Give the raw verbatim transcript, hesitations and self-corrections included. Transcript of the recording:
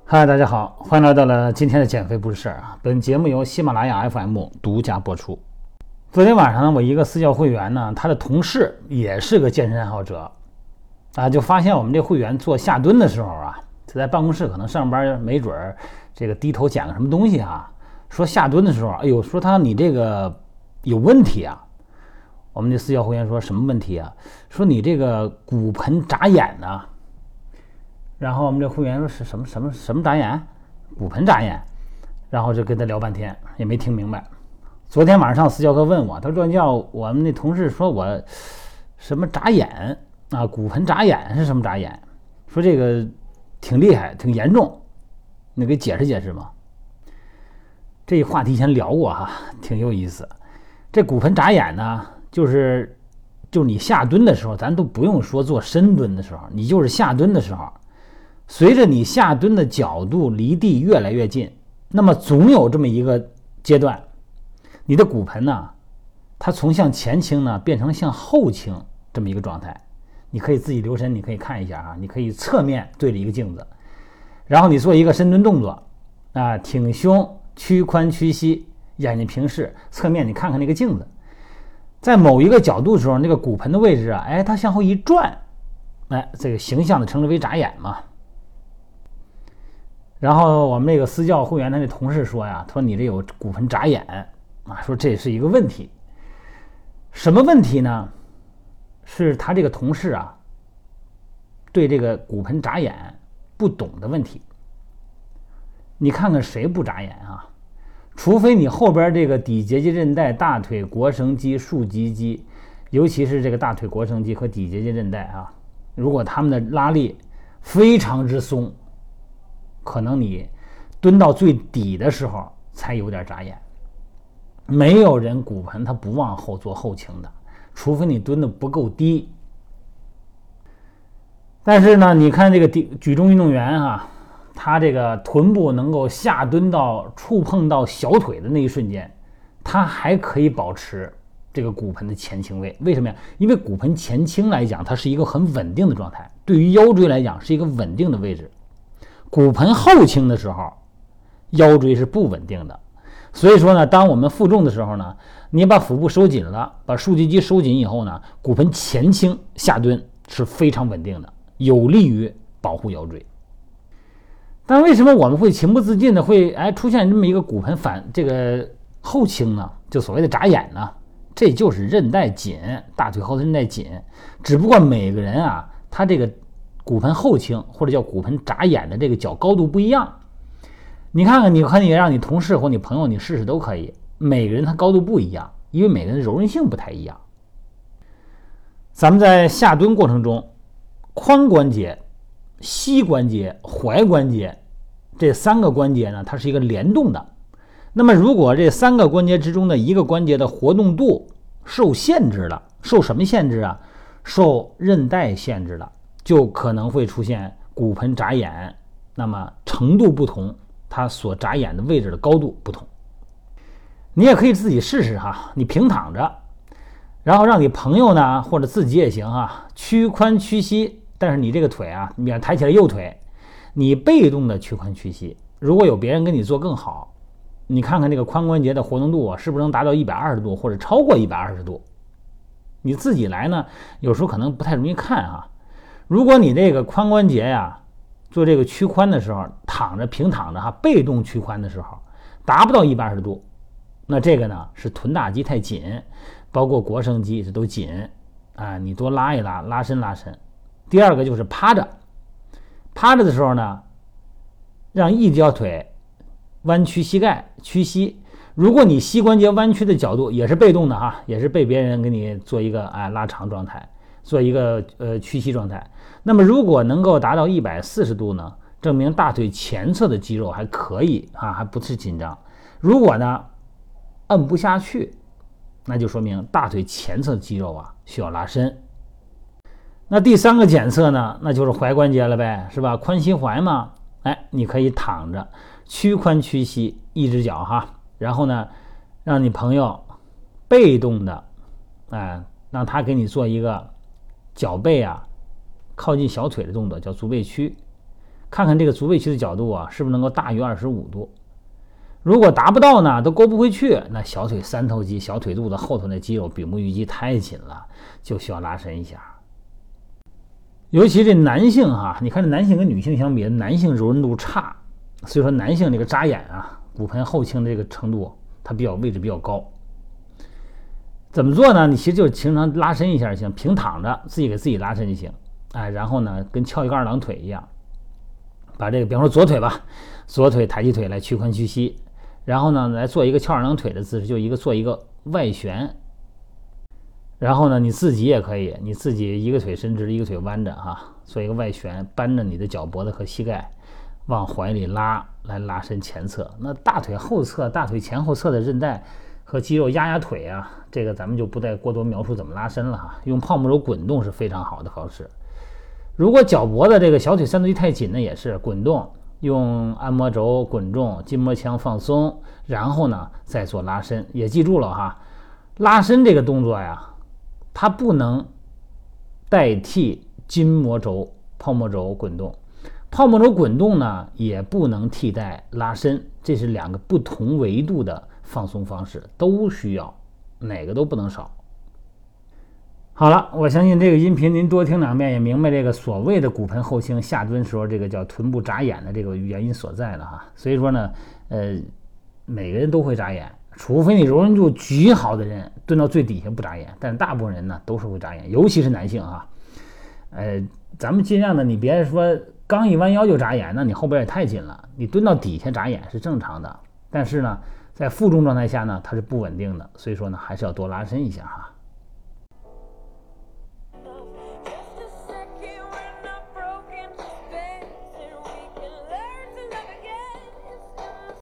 嗨，大家好，欢迎来到了今天的减肥不是事儿啊！本节目由喜马拉雅 F M 独家播出。昨天晚上呢，我一个私教会员呢，他的同事也是个健身爱好者啊，就发现我们这会员做下蹲的时候啊，在办公室可能上班没准儿这个低头捡个什么东西啊，说下蹲的时候，哎呦，说他你这个有问题啊。我们这私教会员说什么问题啊？说你这个骨盆眨眼呢、啊。然后我们这会员说是什么什么什么眨眼，骨盆眨眼，然后就跟他聊半天也没听明白。昨天晚上私教课问我，他说叫我们那同事说我什么眨眼啊，骨盆眨眼是什么眨眼？说这个挺厉害，挺严重，你给解释解释吗？这话题以前聊过哈，挺有意思。这骨盆眨眼呢，就是就是你下蹲的时候，咱都不用说做深蹲的时候，你就是下蹲的时候。随着你下蹲的角度离地越来越近，那么总有这么一个阶段，你的骨盆呢，它从向前倾呢变成向后倾这么一个状态。你可以自己留神，你可以看一下啊，你可以侧面对着一个镜子，然后你做一个深蹲动作啊，挺胸、屈髋、屈膝，眼睛平视，侧面你看看那个镜子，在某一个角度的时候，那个骨盆的位置啊，哎，它向后一转，哎，这个形象的称之为眨眼嘛。然后我们那个私教会员他那同事说呀，他说你这有骨盆眨眼啊，说这是一个问题。什么问题呢？是他这个同事啊，对这个骨盆眨眼不懂的问题。你看看谁不眨眼啊？除非你后边这个底结节韧带、大腿腘绳肌、竖脊肌，尤其是这个大腿腘绳肌和底结节韧带啊，如果他们的拉力非常之松，可能你蹲到最底的时候才有点眨眼。没有人骨盆他不往后做后倾的，除非你蹲的不够低。但是呢，你看这个举重运动员啊，他这个臀部能够下蹲到触碰到小腿的那一瞬间，他还可以保持这个骨盆的前倾位。为什么呀？因为骨盆前倾来讲，它是一个很稳定的状态，对于腰椎来讲是一个稳定的位置。骨盆后倾的时候，腰椎是不稳定的。所以说呢，当我们负重的时候呢，你把腹部收紧了，把竖脊肌收紧以后呢，骨盆前倾下蹲是非常稳定的，有利于保护腰椎。但为什么我们会情不自禁的会哎出现这么一个骨盆反这个后倾呢？就所谓的眨眼呢？这就是韧带紧，大腿后侧韧带紧。只不过每个人啊，他这个骨盆后倾或者叫骨盆眨眼的这个脚高度不一样。你看看，你可以让你同事或你朋友你试试都可以，每个人他高度不一样，因为每个人柔韧性不太一样。咱们在下蹲过程中，髋关节、膝关节、踝关节这三个关节呢，它是一个联动的。那么如果这三个关节之中的一个关节的活动度受限制了，受什么限制啊？受韧带限制了，就可能会出现骨盆眨眼，那么程度不同，它所眨眼的位置的高度不同。你也可以自己试试哈，你平躺着，然后让你朋友呢或者自己也行哈，屈髋屈膝，但是你这个腿啊，你要抬起来右腿，你被动的屈髋屈膝。如果有别人跟你做更好，你看看这个髋关节的活动度啊，是不是能达到一百二十度或者超过一百二十度？你自己来呢，有时候可能不太容易看哈。如果你这个髋关节呀，做这个屈髋的时候，躺着平躺着哈，被动屈髋的时候，达不到一百二十度，那这个呢是臀大肌太紧，包括腘绳肌这都紧啊，你多拉一拉，拉伸拉伸。第二个就是趴着，趴着的时候呢，让一条腿弯曲膝盖，屈膝。如果你膝关节弯曲的角度也是被动的哈，也是被别人给你做一个哎拉长状态，做一个呃屈膝状态。那么如果能够达到一百四十度呢，证明大腿前侧的肌肉还可以啊，还不是紧张。如果呢摁不下去，那就说明大腿前侧肌肉啊需要拉伸。那第三个检测呢，那就是踝关节了呗，是吧？髋膝踝嘛，哎，你可以躺着屈髋屈膝，一只脚哈，然后呢让你朋友被动的哎，让他给你做一个脚背啊靠近小腿的动作，叫足背屈。 看看这个足背屈的角度啊，是不是能够大于二十五度。如果达不到呢，都勾不回去，那小腿三头肌、小腿肚子后头那肌肉比目鱼肌太紧了，就需要拉伸一下。尤其这男性哈，你看这男性跟女性相比，男性柔韧度差，所以说男性这个眨眼啊，骨盆后倾的这个程度，它比较位置比较高。怎么做呢？你其实就是经常拉伸一下就行，平躺着自己给自己拉伸就行。哎，然后呢，跟翘一个二郎腿一样，把这个，比方说左腿吧，左腿抬起腿来屈髋屈膝，然后呢，来做一个翘二郎腿的姿势，就一个做一个外旋。然后呢，你自己也可以，你自己一个腿伸直，一个腿弯着哈，做一个外旋，扳着你的脚脖子和膝盖，往怀里拉，来拉伸前侧。那大腿后侧、大腿前后侧的韧带和肌肉压压腿啊，这个咱们就不再过多描述怎么拉伸了哈。用泡沫轴滚动是非常好的方式。如果脚脖子这个小腿三头肌太紧呢，也是滚动，用按摩轴滚动，筋膜腔放松，然后呢再做拉伸。也记住了哈，拉伸这个动作呀，它不能代替筋膜轴、泡沫轴滚动。泡沫轴滚动呢，也不能替代拉伸，这是两个不同维度的放松方式，都需要，哪个都不能少。好了，我相信这个音频您多听两遍也明白这个所谓的骨盆后倾下蹲时候这个叫臀部眨眼的这个原因所在了哈。所以说呢，呃，每个人都会眨眼，除非你柔韧度极好的人蹲到最底下不眨眼，但是大部分人呢都是会眨眼，尤其是男性哈。呃，咱们尽量的，你别说刚一弯腰就眨眼，那你后边也太紧了。你蹲到底下眨眼是正常的，但是呢，在负重状态下呢，它是不稳定的，所以说呢，还是要多拉伸一下哈。